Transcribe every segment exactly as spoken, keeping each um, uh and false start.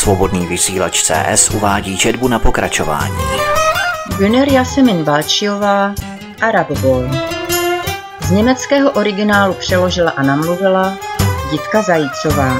Svobodný vysílač C S uvádí četbu na pokračování. Güner Yasemin Balčiová, Arab Boy. Z německého originálu přeložila a namluvila Jitka Zajícová.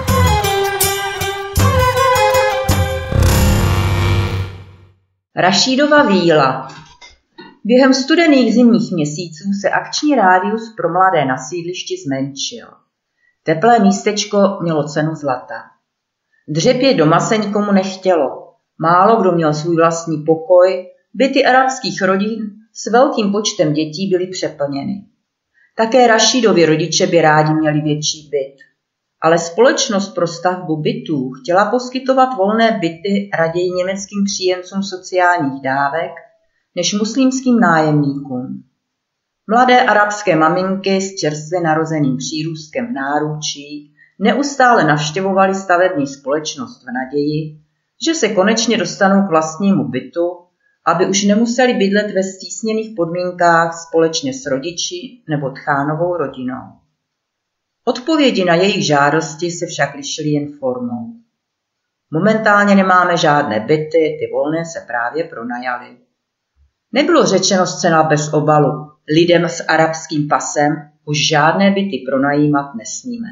Rašídova víla. Během studených zimních měsíců se akční rádius pro mladé na sídlišti zmenšil. Teplé místečko mělo cenu zlata. Dřepět doma se nikomu nechtělo. Málo kdo měl svůj vlastní pokoj, byty arabských rodin s velkým počtem dětí byly přeplněny. Také Rašídovi rodiče by rádi měli větší byt. Ale společnost pro stavbu bytů chtěla poskytovat volné byty raději německým příjemcům sociálních dávek než muslimským nájemníkům. Mladé arabské maminky s čerstvě narozeným přírůstkem v náručí neustále navštěvovaly stavební společnost v naději, že se konečně dostanou k vlastnímu bytu, aby už nemuseli bydlet ve stísněných podmínkách společně s rodiči nebo tchánovou rodinou. Odpovědi na jejich žádosti se však lišily jen formou. Momentálně nemáme žádné byty, ty volné se právě pronajaly. Nebylo řečeno zcela bez obalu, lidem s arabským pasem už žádné byty pronajímat nesmíme.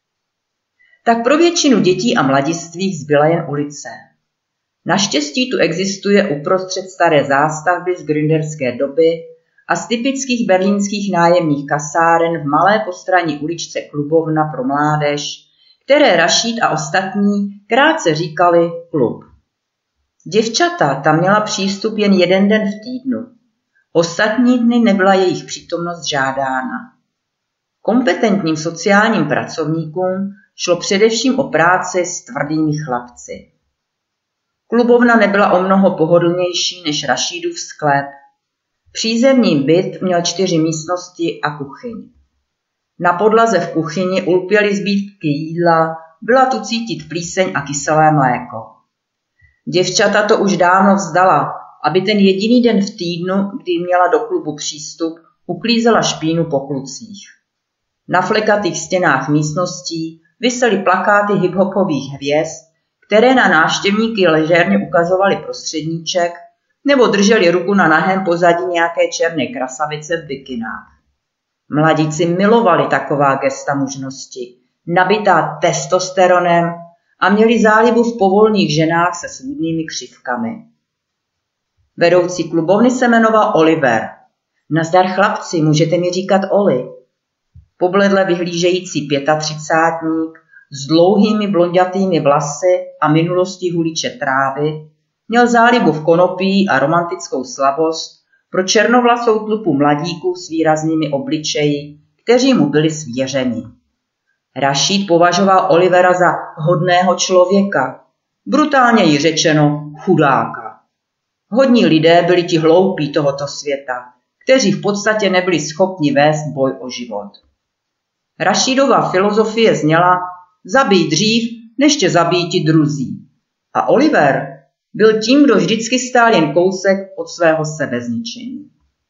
Tak pro většinu dětí a mladistvých zbyla jen ulice. Naštěstí tu existuje uprostřed staré zástavby z gründerské doby a z typických berlínských nájemních kasáren v malé postranní uličce klubovna pro mládež, které Rašíd a ostatní krátce říkali klub. Děvčata tam měla přístup jen jeden den v týdnu. Ostatní dny nebyla jejich přítomnost žádána. Kompetentním sociálním pracovníkům šlo především o práci s tvrdými chlapci. Klubovna nebyla o mnoho pohodlnější než Rašídův sklep. Přízemní byt měl čtyři místnosti a kuchyň. Na podlaze v kuchyni ulpěly zbytky jídla, byla tu cítit plíseň a kyselé mléko. Děvčata to už dávno vzdala, aby ten jediný den v týdnu, kdy měla do klubu přístup, uklízela špínu po klucích. Na flekatých stěnách místností visely plakáty hiphopových hvězd, které na návštěvníky ležérně ukazovaly prostředníček nebo drželi ruku na nahém pozadí nějaké černé krasavice v bikinách. Mladíci milovali taková gesta mužnosti, nabitá testosteronem a měli zálibu v povolných ženách se svůdnými křivkami. Vedoucí klubovny se jmenoval Oliver. Nazdar chlapci, můžete mi říkat Oli. Pobledle vyhlížející pětatřicátník s dlouhými blondětými vlasy a minulostí huliče trávy měl zálibu v konopí a romantickou slabost pro černovlasou tlupu mladíků s výraznými obličeji, kteří mu byli svěřeni. Rašíd považoval Olivera za hodného člověka, brutálněji řečeno chudáka. Hodní lidé byli ti hloupí tohoto světa, kteří v podstatě nebyli schopni vést boj o život. Rašídova filozofie zněla zabij dřív, než tě zabijí ti druzí. A Oliver byl tím, kdo vždycky stál jen kousek od svého sebezničení.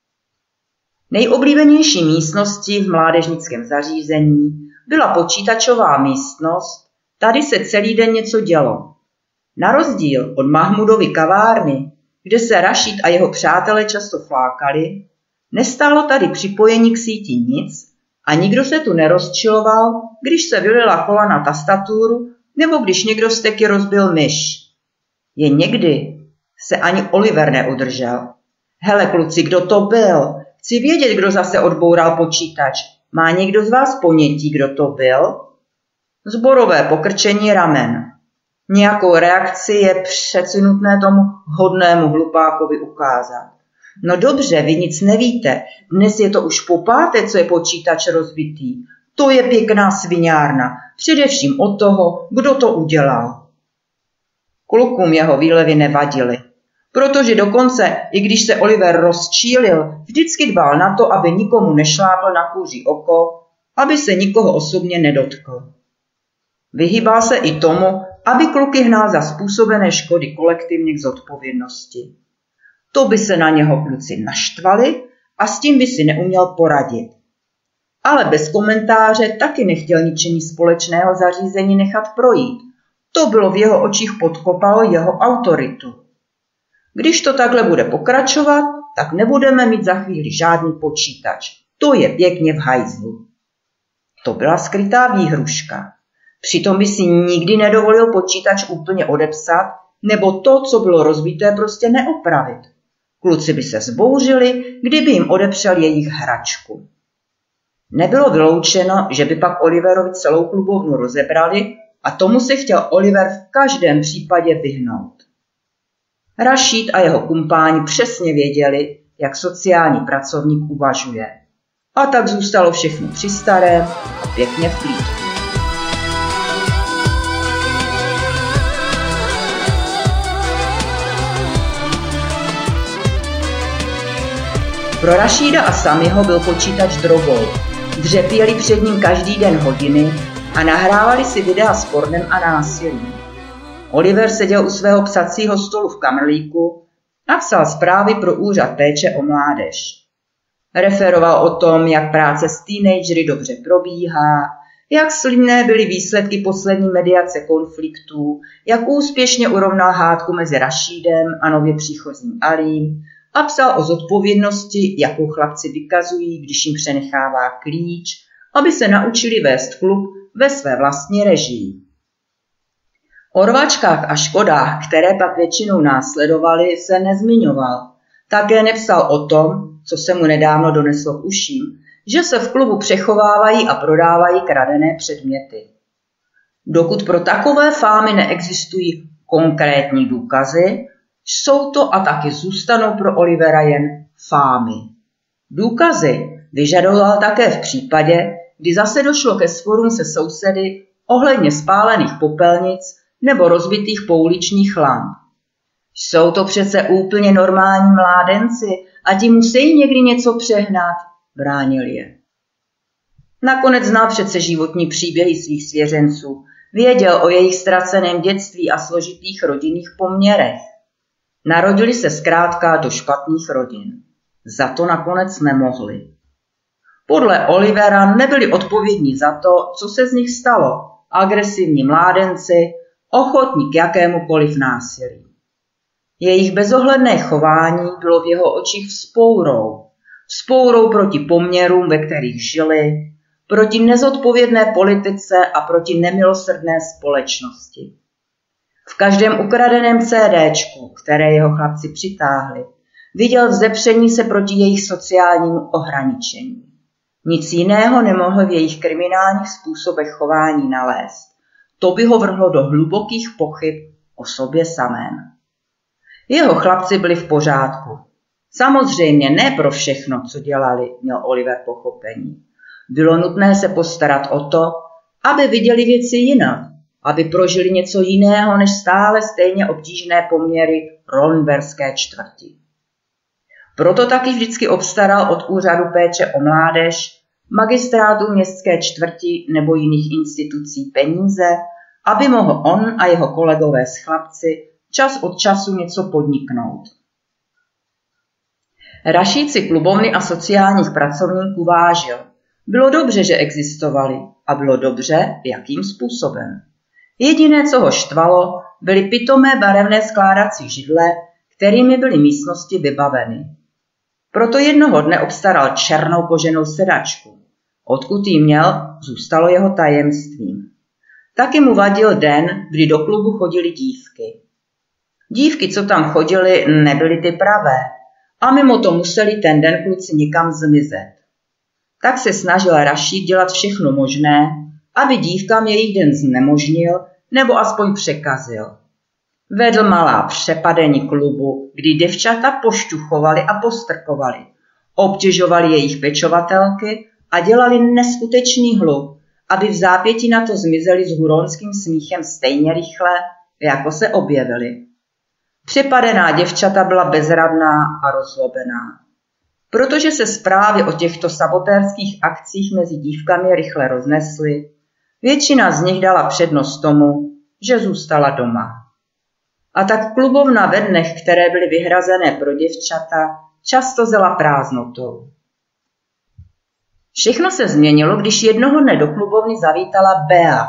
Nejoblíbenější místností v mládežnickém zařízení byla počítačová místnost, tady se celý den něco dělo. Na rozdíl od Mahmudovy kavárny, kde se Rašíd a jeho přátelé často flákali, nestálo tady připojení k síti nic a nikdo se tu nerozčiloval, když se vylila kola na tastaturu nebo když někdo z teky rozbil myš. Jen někdy se ani Oliver neudržel. Hele kluci, kdo to byl? Chci vědět, kdo zase odboural počítač. Má někdo z vás ponětí, kdo to byl? Zborové pokrčení ramen. Nějakou reakci je přeci nutné tomu hodnému hlupákovi ukázat. No dobře, vy nic nevíte. Dnes je to už po páté, co je počítač rozbitý. To je pěkná sviňárna. Především od toho, kdo to udělal. Klukům jeho výlevy nevadily. Protože dokonce, i když se Oliver rozčílil, vždycky dbal na to, aby nikomu nešlápl na kůži oko, aby se nikoho osobně nedotkl. Vyhýbal se i tomu, aby kluky hnal za způsobené škody kolektivně k zodpovědnosti. To by se na něho kluci naštvali a s tím by si neuměl poradit. Ale bez komentáře taky nechtěl ničení společného zařízení nechat projít, To bylo v jeho očích podkopalo jeho autoritu. Když to takhle bude pokračovat, tak nebudeme mít za chvíli žádný počítač. To je pěkně v hajzlu. To byla skrytá výhruška. Přitom by si nikdy nedovolil počítač úplně odepsat, nebo to, co bylo rozbité, prostě neopravit. Kluci by se vzbouřili, kdyby jim odepřel jejich hračku. Nebylo vyloučeno, že by pak Oliverovi celou klubovnu rozebrali a tomu se chtěl Oliver v každém případě vyhnout. Rašíd a jeho kumpáni přesně věděli, jak sociální pracovník uvažuje. A tak zůstalo všechno při starém a pěkně v klídku. Pro Rašída a Samiho byl počítač drogou. Dřepěli před ním každý den hodiny a nahrávali si videa s pornem a násilím. Oliver seděl u svého psacího stolu v kamrlíku a psal zprávy pro úřad péče o mládež. Referoval o tom, jak práce s teenagery dobře probíhá, jak slibné byly výsledky poslední mediace konfliktů, jak úspěšně urovnal hádku mezi Rašídem a nově příchozím Alím a psal o zodpovědnosti, jakou chlapci vykazují, když jim přenechává klíč, aby se naučili vést klub ve své vlastní režii. O rvačkách a škodách, které pak většinou následovaly, se nezmiňoval. Také nepsal o tom, co se mu nedávno doneslo k uším, že se v klubu přechovávají a prodávají kradené předměty. Dokud pro takové fámy neexistují konkrétní důkazy, jsou to a taky zůstanou pro Olivera jen fámy. Důkazy vyžadoval také v případě, kdy zase došlo ke sporům se sousedy ohledně spálených popelnic nebo rozbitých pouličních lamp. Jsou to přece úplně normální mládenci a ti musí někdy něco přehnat, bránil je. Nakonec znal přece životní příběhy svých svěřenců, věděl o jejich ztraceném dětství a složitých rodinných poměrech. Narodili se zkrátka do špatných rodin. Za to nakonec nemohli. Podle Olivera nebyli odpovědní za to, co se z nich stalo. Agresivní mládenci, ochotní k jakémukoliv násilí. Jejich bezohledné chování bylo v jeho očích vzpourou. Vzpourou proti poměrům, ve kterých žili, proti nezodpovědné politice a proti nemilosrdné společnosti. V každém ukradeném CDčku, které jeho chlapci přitáhli, viděl vzepření se proti jejich sociálnímu ohraničení. Nic jiného nemohl v jejich kriminálních způsobech chování nalézt. To by ho vrhlo do hlubokých pochyb o sobě samém. Jeho chlapci byli v pořádku. Samozřejmě ne pro všechno, co dělali, měl Oliver pochopení. Bylo nutné se postarat o to, aby viděli věci jinak, aby prožili něco jiného než stále stejně obtížné poměry rollingberské čtvrti. Proto taky vždycky obstaral od úřadu péče o mládež, magistrátu městské čtvrti nebo jiných institucí peníze, aby mohl on a jeho kolegové s chlapci čas od času něco podniknout. Rašíd si klubovny a sociálních pracovníků vážil. Bylo dobře, že existovali a bylo dobře, jakým způsobem. Jediné, co ho štvalo, byly pitomé barevné skládací židle, kterými byly místnosti vybaveny. Proto jednoho dne obstaral černou koženou sedačku. Odkud jí měl, zůstalo jeho tajemstvím. Taky mu vadil den, kdy do klubu chodily dívky. Dívky, co tam chodily, nebyly ty pravé a mimo to museli ten den kluci nikam zmizet. Tak se snažil Rašíd dělat všechno možné, aby dívkám jejich den znemožnil nebo aspoň překazil. Vedl malá přepadení klubu, kdy děvčata pošťuchovali a postrkovali, obtěžovali jejich pečovatelky a dělali neskutečný hluk, aby v zápěti na to zmizeli s huronským smíchem stejně rychle, jako se objevili. Přepadená děvčata byla bezradná a rozlobená. Protože se zprávy o těchto sabotérských akcích mezi dívkami rychle roznesly, většina z nich dala přednost tomu, že zůstala doma. A tak klubovna ve dnech, které byly vyhrazené pro děvčata, často zela prázdnotou. Všechno se změnilo, když jednoho dne do klubovny zavítala Bea,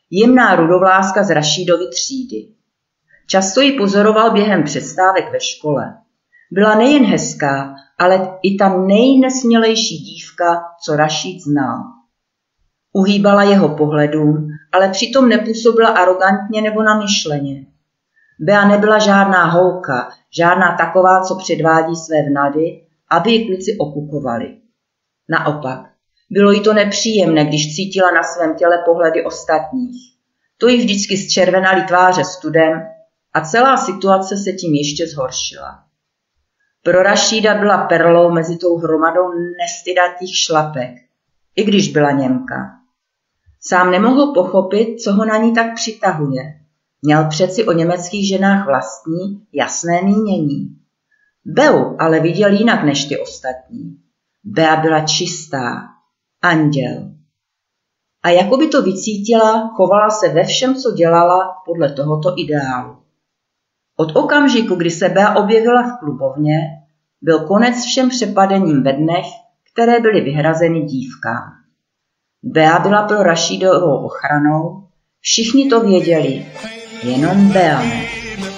jemná rudovláska z Rašídovy třídy. Často ji pozoroval během přestávek ve škole. Byla nejen hezká, ale i ta nejnesmělejší dívka, co Rašíd znal. Uhýbala jeho pohledům, ale přitom nepůsobila arogantně nebo namyšleně. Bea nebyla žádná holka, žádná taková, co předvádí své vnady, aby ji kluci okupovali. Naopak, bylo jí to nepříjemné, když cítila na svém těle pohledy ostatních. To jí vždycky zčervenali tváře studem a celá situace se tím ještě zhoršila. Pro Rašída byla perlou mezi tou hromadou nestydatých šlapek, i když byla Němka. Sám nemohl pochopit, co ho na ní tak přitahuje. Měl přeci o německých ženách vlastní, jasné mínění. Beu ale viděl jinak než ty ostatní. Bea byla čistá, anděl. A jako by to vycítila, chovala se ve všem, co dělala, podle tohoto ideálu. Od okamžiku, kdy se Bea objevila v klubovně, byl konec všem přepadením ve dnech, které byly vyhrazeny dívkám. Bea byla pro Rašídovou ochranou, všichni to věděli, jenom Bea ne.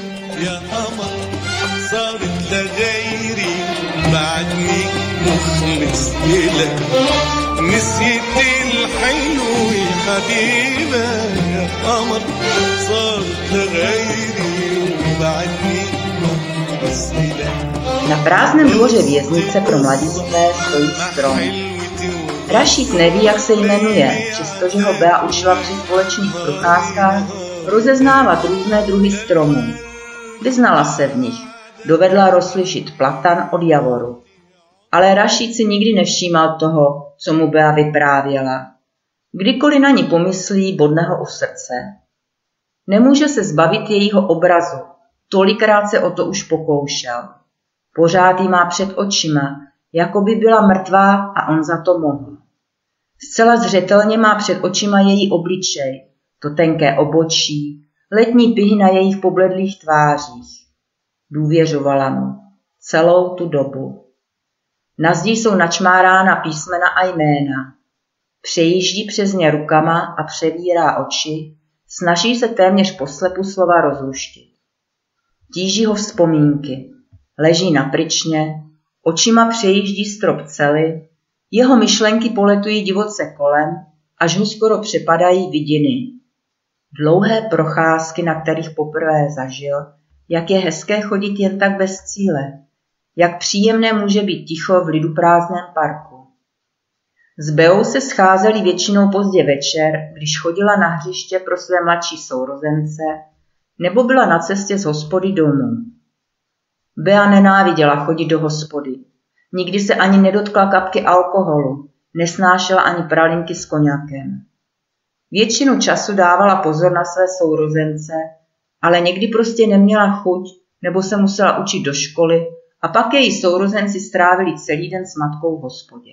Na prázdném dvoře věznice pro mladistvé stojí strom. Rašíd neví, jak se jmenuje, přestože ho Bea učila při společných procházkách rozeznávat různé druhy stromů. Vyznala se v nich, dovedla rozlišit platan od javoru. Ale Rašíd si nikdy nevšímal toho, co mu Bea vyprávěla. Kdykoliv na ní pomyslí, bodne ho u srdce. Nemůže se zbavit jejího obrazu, tolikrát se o to už pokoušel. Pořád jí má před očima, jako by byla mrtvá a on za to mohl. Zcela zřetelně má před očima její obličej, to tenké obočí, letní pihy na jejich pobledlých tvářích. Důvěřovala mu celou tu dobu. Na zdi jsou načmárána písmena a jména. Přejíždí přes ně rukama a převírá oči, snaží se téměř poslepu slova rozluštit. Tíží ho vzpomínky, leží na pryčně, očima přejíždí strop cely, jeho myšlenky poletují divoce kolem, až ho skoro přepadají vidiny. Dlouhé procházky, na kterých poprvé zažil, jak je hezké chodit jen tak bez cíle, jak příjemné může být ticho v liduprázdném parku. S Beou se scházeli většinou pozdě večer, když chodila na hřiště pro své mladší sourozence, nebo byla na cestě z hospody domů. Bea nenáviděla chodit do hospody. Nikdy se ani nedotkla kapky alkoholu, nesnášela ani pralinky s koňakem. Většinu času dávala pozor na své sourozence, ale někdy prostě neměla chuť nebo se musela učit do školy a pak její sourozenci strávili celý den s matkou v hospodě.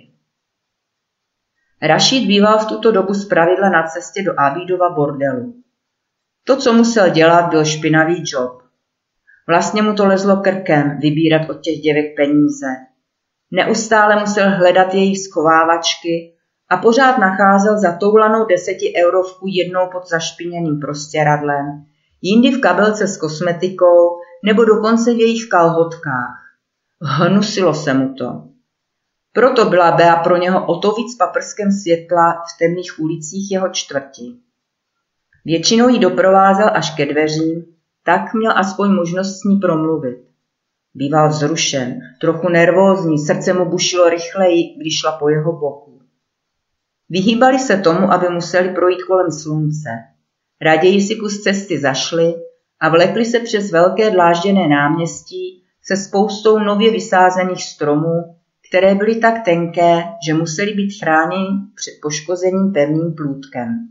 Rašíd býval v tuto dobu zpravidla na cestě do Abídova bordelu. To, co musel dělat, byl špinavý job. Vlastně mu to lezlo krkem vybírat od těch děvek peníze. Neustále musel hledat jejich schovávačky a pořád nacházel zatoulanou desetieurovku jednou pod zašpiněným prostěradlem, jindy v kabelce s kosmetikou nebo dokonce v jejich kalhotkách. Hnusilo se mu to. Proto byla Bea pro něho o to víc paprskem světla v temných ulicích jeho čtvrti. Většinou ji doprovázel až ke dveřím, tak měl aspoň možnost s ní promluvit. Býval vzrušen, trochu nervózní, srdce mu bušilo rychleji, když šla po jeho boku. Vyhýbali se tomu, aby museli projít kolem slunce. Raději si kus cesty zašli a vlekli se přes velké dlážděné náměstí se spoustou nově vysázených stromů, které byly tak tenké, že museli být chráněni před poškozením pevným plůtkem.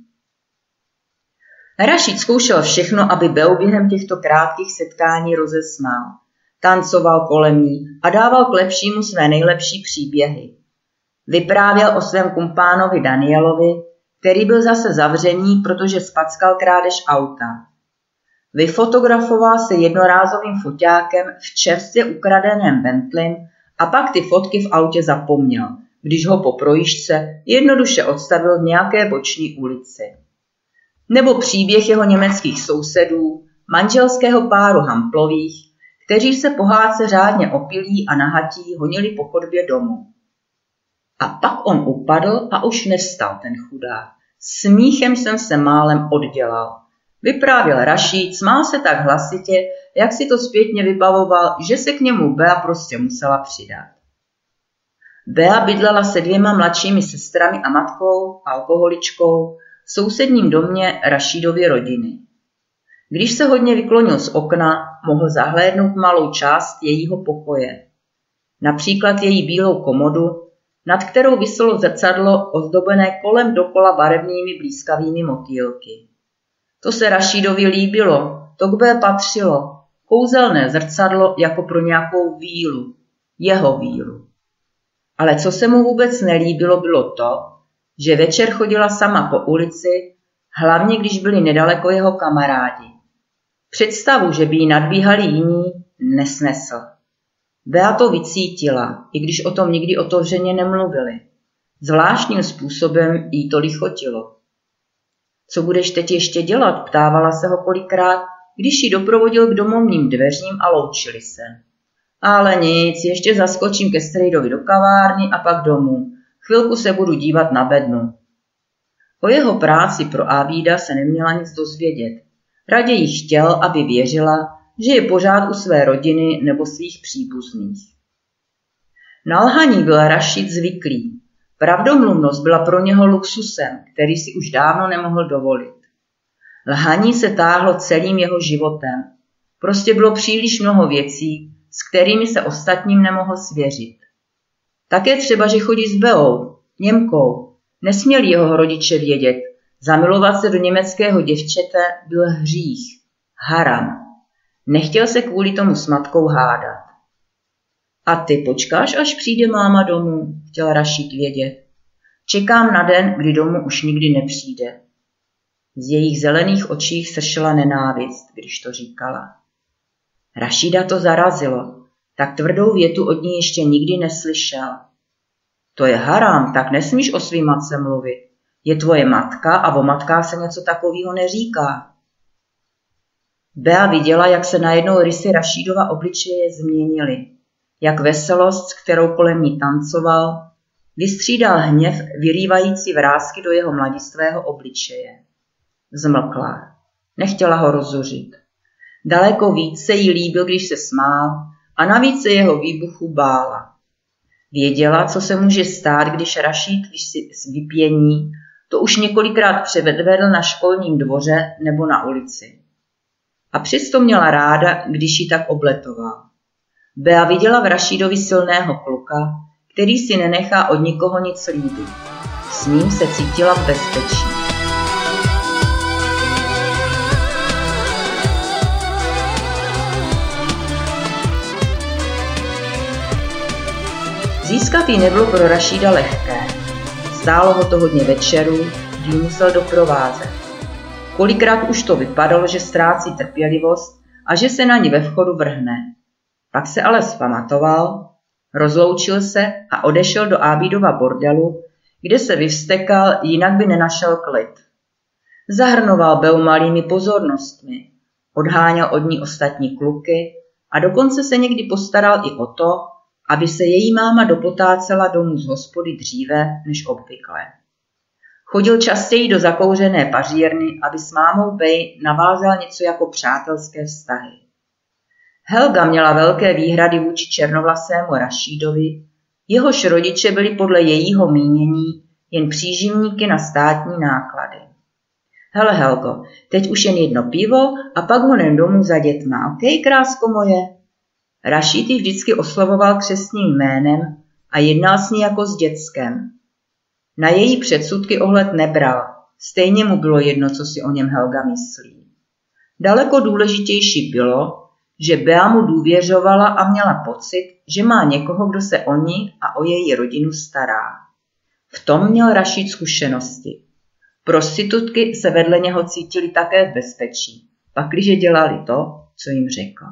Rašíd zkoušel všechno, aby Beu během těchto krátkých setkání rozesmál. Tancoval kolem ní a dával k lepšímu své nejlepší příběhy. Vyprávěl o svém kumpánovi Danielovi, který byl zase zavřený, protože spackal krádež auta. Vyfotografoval se jednorázovým foťákem v čerstvě ukradeném Bentley a pak ty fotky v autě zapomněl, když ho po projížďce jednoduše odstavil v nějaké boční ulici. Nebo příběh jeho německých sousedů, manželského páru Hamplových, kteří se pohádce řádně opilí a nahatí honili po chodbě domů. A pak on upadl a už nevstal ten chudák. Smíchem jsem se málem oddělal. Vyprávěl Rašíd, smál se tak hlasitě, jak si to zpětně vybavoval, že se k němu Bea prostě musela přidat. Bea bydlela se dvěma mladšími sestrami a matkou, alkoholičkou, v sousedním domě Rašídovy rodiny. Když se hodně vyklonil z okna, mohl zahlédnout malou část jejího pokoje. Například její bílou komodu, nad kterou viselo zrcadlo ozdobené kolem dokola barevnými blízkavými motýlky. To se Rašídovi líbilo, to k Bé patřilo, kouzelné zrcadlo jako pro nějakou vílu, jeho vílu. Ale co se mu vůbec nelíbilo, bylo to, že večer chodila sama po ulici, hlavně když byli nedaleko jeho kamarádi. Představu, že by jí nadbíhali jiní, nesnesl. Bea to vycítila, i když o tom nikdy otevřeně nemluvili. Zvláštním způsobem jí to lichotilo. Co budeš teď ještě dělat, ptávala se ho kolikrát, když ji doprovodil k domovním dveřím a loučili se. Ale nic, ještě zaskočím ke strejdovi do kavárny a pak domů. Chvilku se budu dívat na bednu. O jeho práci pro Ábída se neměla nic dozvědět. Raději chtěl, aby věřila, že je pořád u své rodiny nebo svých příbuzných. Na lhaní byl Rašíd zvyklý. Pravdomluvnost byla pro něho luxusem, který si už dávno nemohl dovolit. Lhaní se táhlo celým jeho životem. Prostě bylo příliš mnoho věcí, s kterými se ostatním nemohl svěřit. Také třeba, že chodí s Beou, Němkou. Nesměli jeho rodiče vědět. Zamilovat se do německého děvčete byl hřích. Haram. Nechtěl se kvůli tomu s matkou hádat. A ty počkáš, až přijde máma domů, chtěl Rašíd vědět. Čekám na den, kdy domů už nikdy nepřijde. Z jejich zelených očích sršela nenávist, když to říkala. Rašída to zarazilo. Tak tvrdou větu od ní ještě nikdy neslyšel. To je haram, tak nesmíš o svý matce mluvit. Je tvoje matka a o matkách se něco takového neříká. Bea viděla, jak se najednou rysy Rašídova obličeje změnily. Jak veselost, s kterou kolem ní tancoval, vystřídal hněv vyrývající vrásky do jeho mladistvého obličeje. Zmlkla. Nechtěla ho rozzuřit. Daleko víc se jí líbil, když se smál, a navíc se jeho výbuchu bála. Věděla, co se může stát, když Rašíd z vypění to už několikrát převedl na školním dvoře nebo na ulici. A přesto měla ráda, když ji tak obletoval. Bea viděla v Rašídovi silného kluka, který si nenechá od nikoho nic líbit. S ním se cítila v bezpečí. Získat ji nebylo pro Rašída lehké. Stálo ho to hodně večerů, kdy musel doprovázet. Kolikrát už to vypadalo, že ztrácí trpělivost a že se na ní ve vchodu vrhne. Pak se ale zpamatoval, rozloučil se a odešel do Ábídova bordelu, kde se vyvstekal, jinak by nenašel klid. Zahrnoval Beu malými pozornostmi, odháněl od ní ostatní kluky a dokonce se někdy postaral i o to, aby se její máma dopotácela domů z hospody dříve než obvykle. Chodil častěji do zakouřené pařírny, aby s mámou Bej navázal něco jako přátelské vztahy. Helga měla velké výhrady vůči černovlasému Rašídovi, jehož rodiče byli podle jejího mínění jen příživníky na státní náklady. Hele Helgo, teď už jen jedno pivo a pak honem domů za dětma, okej, krásko moje? Rašíd ji vždycky oslovoval křestním jménem a jednal s ní jako s dětskem. Na její předsudky ohled nebral, stejně mu bylo jedno, co si o něm Helga myslí. Daleko důležitější bylo, že Bea mu důvěřovala a měla pocit, že má někoho, kdo se o ní a o její rodinu stará. V tom měl Rašíd zkušenosti. Prostitutky se vedle něho cítily také v bezpečí, pakliže dělali to, co jim řekl.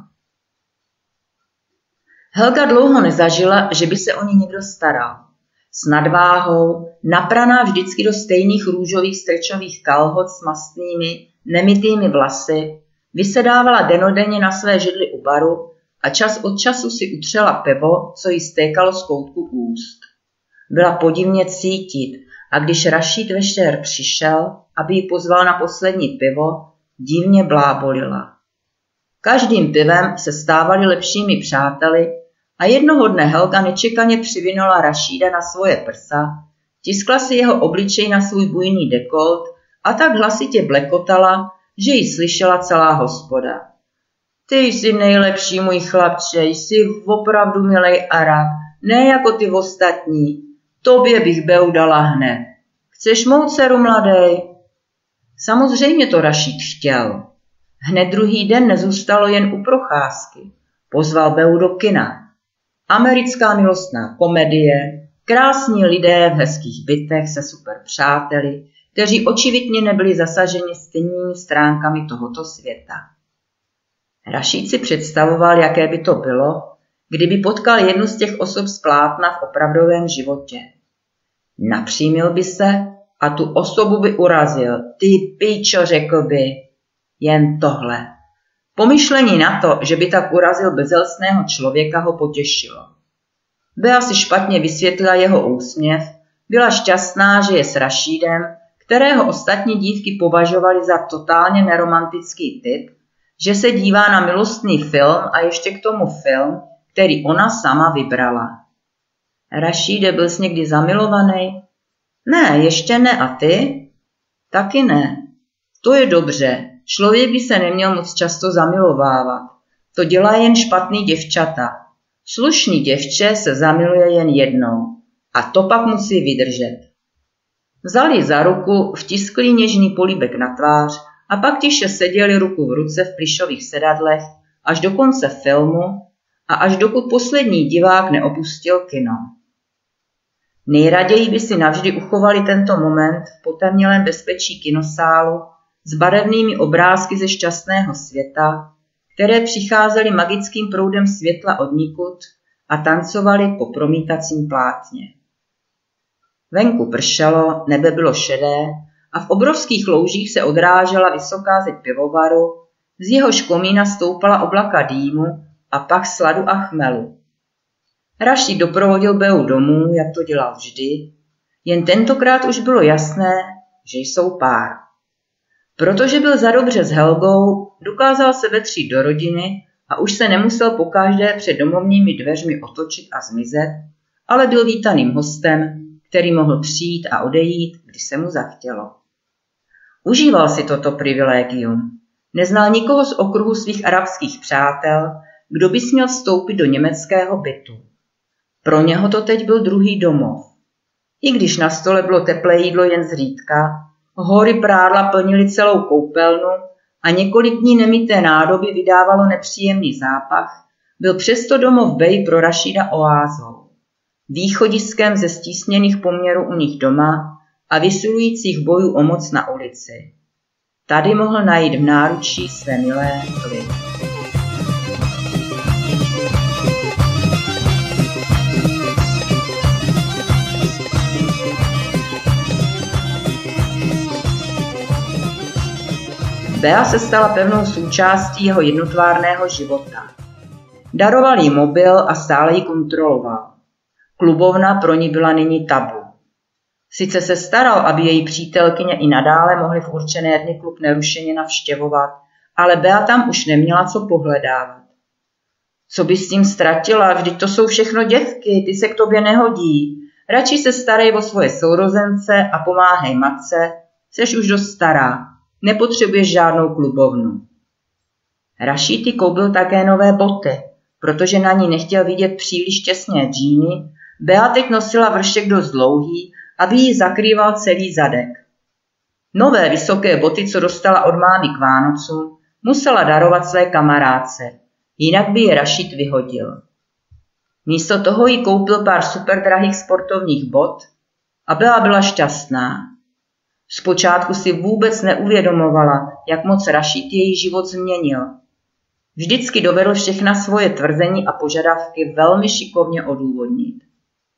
Helga dlouho nezažila, že by se o ní někdo staral. S nadváhou, napraná vždycky do stejných růžových strečových kalhot s mastnými, nemytými vlasy, vysedávala denodenně na své židli u baru a čas od času si utřela pivo, co jí stékalo z koutku úst. Byla podivně cítit a když Rašíd večer přišel, aby ji pozval na poslední pivo, divně blábolila. Každým pivem se stávali lepšími přáteli a jednoho dne Helga nečekaně přivinula Rašída na svoje prsa, tiskla si jeho obličej na svůj bujný dekolt a tak hlasitě blekotala, že ji slyšela celá hospoda. Ty jsi nejlepší, můj chlapče, jsi opravdu milej Arab, ne jako ty ostatní. Tobě bych beu dala hned. Chceš mou dceru, mladej? Samozřejmě to Rašíd chtěl. Hned druhý den nezůstalo jen u procházky. Pozval beu do kina. Americká milostná komedie, krásní lidé v hezkých bytech se super přáteli, kteří očividně nebyli zasaženi stejnými stránkami tohoto světa. Rašíd si představoval, jaké by to bylo, kdyby potkal jednu z těch osob z plátna v opravdovém životě. Napřímil by se a tu osobu by urazil. Ty píčo, řekl by. Jen tohle. Pomyšlení na to, že by tak urazil bezelstného člověka, ho potěšilo. Bea si špatně vysvětlila jeho úsměv, byla šťastná, že je s Rašídem, kterého ostatní dívky považovaly za totálně neromantický typ, že se dívá na milostný film a ještě k tomu film, který ona sama vybrala. Rašíde, byl jsi někdy zamilovaný? Ne, ještě ne, a ty? Taky ne. To je dobře, člověk by se neměl moc často zamilovávat. To dělá jen špatný děvčata. Slušný děvče se zamiluje jen jednou a to pak musí vydržet. Vzali za ruku, vtiskli něžný políbek na tvář a pak tiše seděli ruku v ruce v plyšových sedadlech až do konce filmu a až dokud poslední divák neopustil kino. Nejraději by si navždy uchovali tento moment v potemnělém bezpečí kinosálu s barevnými obrázky ze šťastného světa, které přicházely magickým proudem světla odnikud a tancovaly po promítacím plátně. Venku pršelo, nebe bylo šedé a v obrovských loužích se odrážela vysoká zeď pivovaru, z jehož komína stoupala oblaka dýmu a pak sladu a chmelu. Rašíd doprovodil Beu domů, jak to dělal vždy, jen tentokrát už bylo jasné, že jsou pár. Protože byl zadobře s Helgou, dokázal se vetřít do rodiny a už se nemusel pokaždé před domovními dveřmi otočit a zmizet, ale byl vítaným hostem, který mohl přijít a odejít, když se mu zachtělo. Užíval si toto privilegium. Neznal nikoho z okruhu svých arabských přátel, kdo by směl vstoupit do německého bytu. Pro něho to teď byl druhý domov. I když na stole bylo teplé jídlo jen zřídka, hory prádla plnily celou koupelnu a několik dní nemyté nádoby vydávalo nepříjemný zápach, byl přesto domov Bey pro Rašída oázou. Východiskem ze stísněných poměrů u nich doma a vysilujících bojů o moc na ulici. Tady mohl najít v náručí své milé klid. Bea se stala pevnou součástí jeho jednotvárného života. Daroval jí mobil a stále ji kontroloval. Klubovna pro ní byla nyní tabu. Sice se staral, aby její přítelkyně i nadále mohly v určené dny klub nerušeně navštěvovat, ale Bea tam už neměla co pohledávat. Co by s tím ztratila, vždyť to jsou všechno děvky, ty se k tobě nehodí. Radši se starej o svoje sourozence a pomáhej matce, seš už dost stará, nepotřebuješ žádnou klubovnu. Rašíd jí koupil také nové boty, protože na ní nechtěl vidět příliš těsné džíny. Bea teď nosila vršek dost dlouhý, aby jí zakrýval celý zadek. Nové vysoké boty, co dostala od mámy k Vánocům, musela darovat své kamarádce, jinak by je Rašíd vyhodil. Místo toho jí koupil pár superdrahých sportovních bot a Bea byla šťastná. Zpočátku si vůbec neuvědomovala, jak moc Rašíd její život změnil. Vždycky dovedl všechna svoje tvrzení a požadavky velmi šikovně odůvodnit.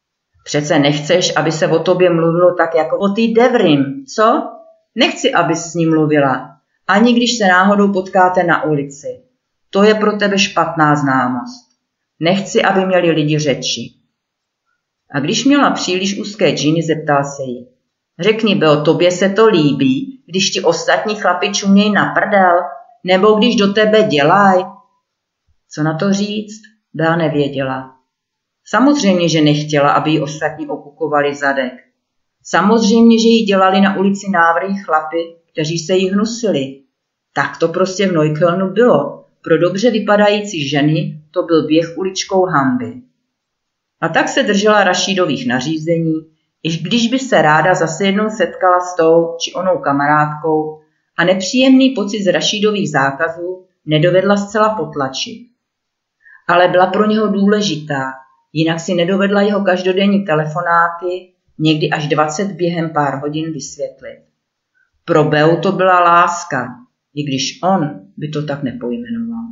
Přece nechceš, aby se o tobě mluvilo tak jako o ty Devrim, co? Nechci, abys s ním mluvila, ani když se náhodou potkáte na ulici. To je pro tebe špatná známost. Nechci, aby měli lidi řeči. A když měla příliš úzké džíny, zeptal se jí. Řekni, Beo, tobě se to líbí, když ti ostatní chlapi čumějí na prdel, nebo když do tebe dělají? Co na to říct? Bea nevěděla. Samozřejmě, že nechtěla, aby ji ostatní okukovali zadek. Samozřejmě, že jí dělali na ulici návrhy chlapy, kteří se jí hnusili. Tak to prostě v Neuköllnu bylo. Pro dobře vypadající ženy to byl běh uličkou hanby. A tak se držela Rašídových nařízení, i když by se ráda zase jednou setkala s tou či onou kamarádkou a nepříjemný pocit z Rašídových zákazů nedovedla zcela potlačit. Ale byla pro něho důležitá, jinak si nedovedla jeho každodenní telefonáty, někdy až dvacet během pár hodin vysvětlit. Pro Beu to byla láska, i když on by to tak nepojmenoval.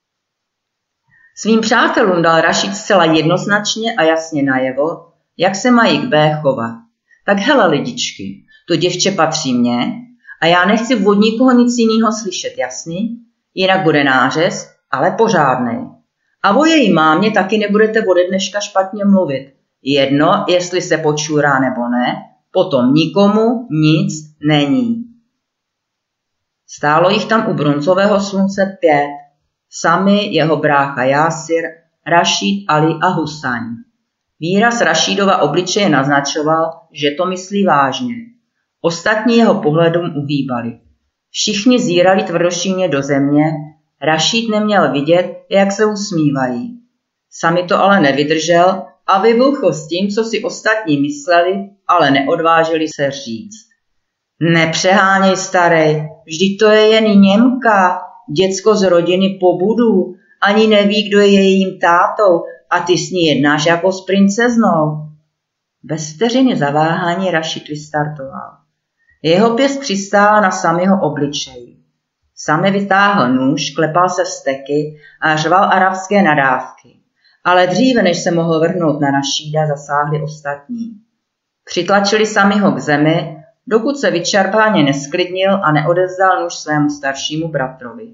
Svým přátelům dal Rašíd zcela jednoznačně a jasně najevo, jak se mají k B chovat. Tak hele lidičky, to děvče patří mně a já nechci od nikoho nic jiného slyšet, jasný? Jinak bude nářez, ale pořádnej. A o její mámě taky nebudete ode dneška špatně mluvit. Jedno, jestli se počurá nebo ne, potom nikomu nic není. Stálo jich tam u bronzového slunce pět. Sami, jeho brácha Jásir, Rašíd, Ali a Husaň. Výraz Rašídova obličeje naznačoval, že to myslí vážně. Ostatní jeho pohledům uhýbali. Všichni zírali tvrdošíjně do země, Rašíd neměl vidět, jak se usmívají. Sami to ale nevydržel a vybuchl s tím, co si ostatní mysleli, ale neodvážili se říct. Nepřeháněj, starej, vždyť to je jen Němka, děcko z rodiny Pobudů, ani neví, kdo je jejím tátou a ty s ní jednáš jako s princeznou. Bez vteřiny zaváhání Rašíd vystartoval. Jeho pěst přistála na Samiho obličeji. Sami vytáhl nůž, klepal se steky a řval arabské nadávky. Ale dříve, než se mohl vrhnout na Rašída, zasáhli ostatní. Přitlačili Samiho k zemi, dokud se vyčerpáně nesklidnil a neodevzdal nůž svému staršímu bratrovi.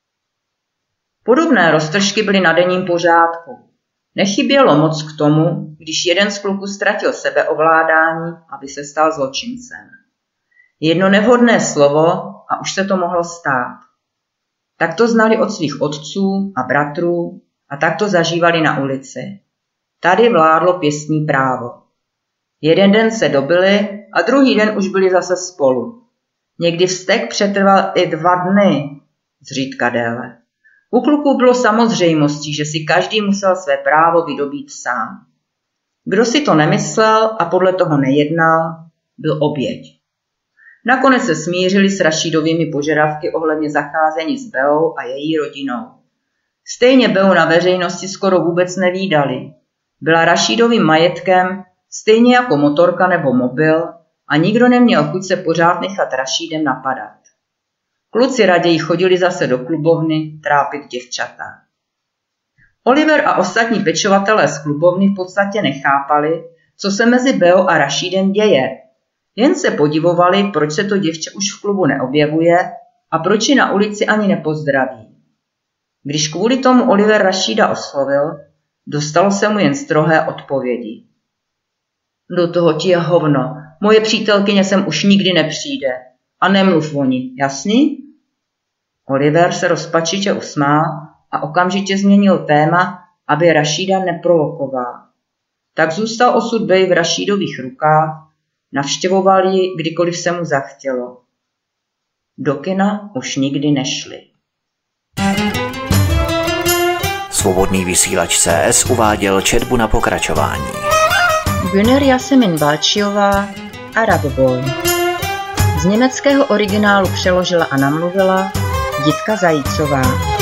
Podobné roztržky byly na denním pořádku. Nechybělo moc k tomu, když jeden z kluků ztratil sebeovládání, aby se stal zločincem. Jedno nevhodné slovo a už se to mohlo stát. Tak to znali od svých otců a bratrů a tak to zažívali na ulici. Tady vládlo pěstní právo. Jeden den se dobili a druhý den už byli zase spolu. Někdy vztek přetrval i dva dny, zřídka déle. U kluků bylo samozřejmostí, že si každý musel své právo vydobít sám. Kdo si to nemyslel a podle toho nejednal, byl oběť. Nakonec se smířili s Rašídovými požadavky ohledně zacházení s Beou a její rodinou. Stejně Beu na veřejnosti skoro vůbec nevídali. Byla Rašídovým majetkem, stejně jako motorka nebo mobil, a nikdo neměl chuť se pořád nechat Rašídem napadat. Kluci raději chodili zase do klubovny trápit děvčata. Oliver a ostatní pečovatelé z klubovny v podstatě nechápali, co se mezi Beou a Rašídem děje. Jen se podivovali, proč se to děvče už v klubu neobjevuje a proč ji na ulici ani nepozdraví. Když kvůli tomu Oliver Rašída oslovil, dostalo se mu jen strohé odpovědi. Do toho ti je hovno, moje přítelkyně sem už nikdy nepřijde. A nemluv o ní, jasný? Oliver se rozpačitě usmál a okamžitě změnil téma, aby Rašída neprovokoval. Tak zůstal osud Bey v Rašídových rukách, navštěvoval ji, kdykoliv se mu zachtělo. Do kina už nikdy nešli. Svobodný vysílač C S uváděl četbu na pokračování. Güner Yasemin Balčiová, Arab Boy. Z německého originálu přeložila a namluvila Jitka Zajícová.